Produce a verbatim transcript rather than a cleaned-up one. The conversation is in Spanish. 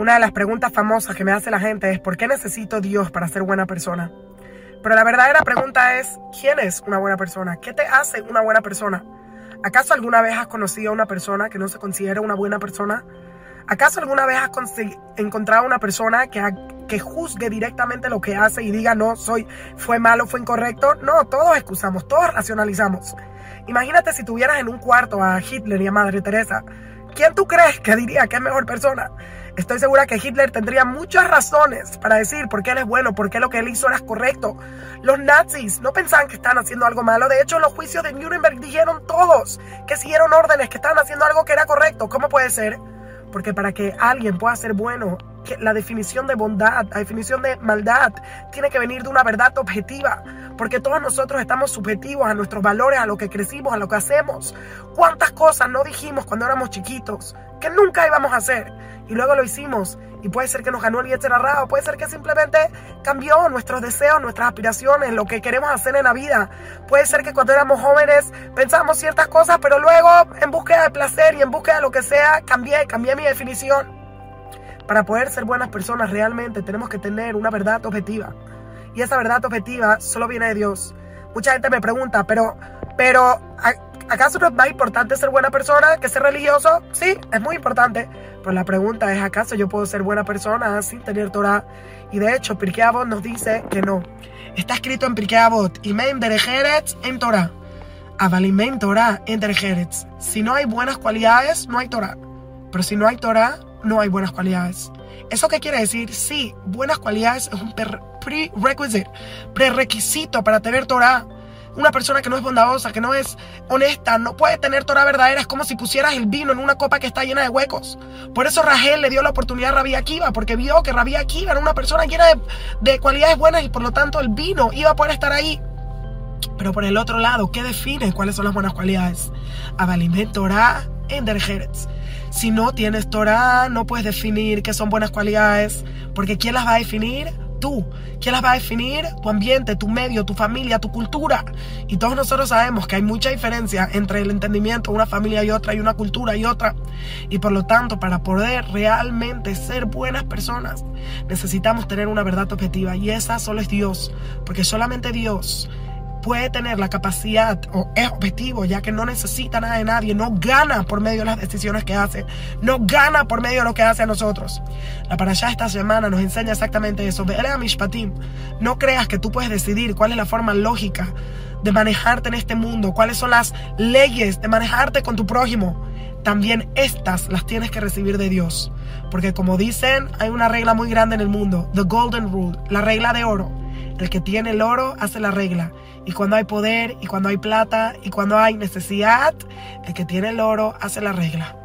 Una de las preguntas famosas que me hace la gente es ¿por qué necesito Dios para ser buena persona? Pero la verdadera pregunta es ¿quién es una buena persona? ¿Qué te hace una buena persona? ¿Acaso alguna vez has conocido a una persona que no se considera una buena persona? ¿Acaso alguna vez has encontrado a una persona que, ha, que juzgue directamente lo que hace y diga no, soy, fue malo, fue incorrecto? No, todos excusamos, todos racionalizamos. Imagínate si tuvieras en un cuarto a Hitler y a Madre Teresa. ¿Quién tú crees que diría que es mejor persona? Estoy segura que Hitler tendría muchas razones para decir por qué él es bueno, por qué lo que él hizo era correcto. Los nazis no pensaban que estaban haciendo algo malo. De hecho, en los juicios de Nuremberg dijeron todos que siguieron órdenes, que estaban haciendo algo que era correcto. ¿Cómo puede ser? Porque para que alguien pueda ser bueno, que la definición de bondad, la definición de maldad, tiene que venir de una verdad objetiva. Porque todos nosotros estamos subjetivos a nuestros valores, a lo que crecimos, a lo que hacemos. ¿Cuántas cosas no dijimos cuando éramos chiquitos que nunca íbamos a hacer? Y luego lo hicimos. Y puede ser que nos ganó el Yetzer Hará, o puede ser que simplemente cambió nuestros deseos, nuestras aspiraciones, lo que queremos hacer en la vida. Puede ser que cuando éramos jóvenes pensábamos ciertas cosas, pero luego en búsqueda de placer y en búsqueda de lo que sea, cambié, cambié mi definición. Para poder ser buenas personas realmente tenemos que tener una verdad objetiva. Y esa verdad objetiva solo viene de Dios. Mucha gente me pregunta, pero, pero ¿acaso no es más importante ser buena persona que ser religioso? Sí, es muy importante. Pero la pregunta es, ¿acaso yo puedo ser buena persona sin tener Torah? Y de hecho, Pirkei Avot nos dice que no. Está escrito en Pirkei Avot, Imeim derech eretz en Torah. Aval imeim Torah en derech eretz. Si no hay buenas cualidades, no hay Torah. Pero si no hay Torah, no hay buenas cualidades. ¿Eso qué quiere decir? Sí, buenas cualidades es un prerequisite, prerequisito para tener Torah. Una persona que no es bondadosa, que no es honesta, no puede tener Torah verdadera. Es como si pusieras el vino en una copa que está llena de huecos. Por eso Rahel le dio la oportunidad a Rabbi Akiva, porque vio que Rabbi Akiva era una persona llena de, de cualidades buenas y por lo tanto el vino iba a poder estar ahí. Pero por el otro lado, ¿qué define cuáles son las buenas cualidades? Aval imeim Torah en derech eretz. Si no tienes Torah, no puedes definir qué son buenas cualidades, porque ¿quién las va a definir? Tú. ¿Quién las va a definir? Tu ambiente, tu medio, tu familia, tu cultura. Y todos nosotros sabemos que hay mucha diferencia entre el entendimiento de una familia y otra, y una cultura y otra. Y por lo tanto, para poder realmente ser buenas personas, necesitamos tener una verdad objetiva. Y esa solo es Dios, porque solamente Dios puede tener la capacidad, o es objetivo, ya que no necesita nada de nadie, no gana por medio de las decisiones que hace, no gana por medio de lo que hace a nosotros. La parashá esta semana nos enseña exactamente eso. Ve'elea mishpatim. No creas que tú puedes decidir cuál es la forma lógica de manejarte en este mundo, cuáles son las leyes de manejarte con tu prójimo. También estas las tienes que recibir de Dios, porque como dicen, hay una regla muy grande en el mundo, the golden rule, la regla de oro. El que tiene el oro hace la regla. Y cuando hay poder, y cuando hay plata, y cuando hay necesidad, el que tiene el oro hace la regla.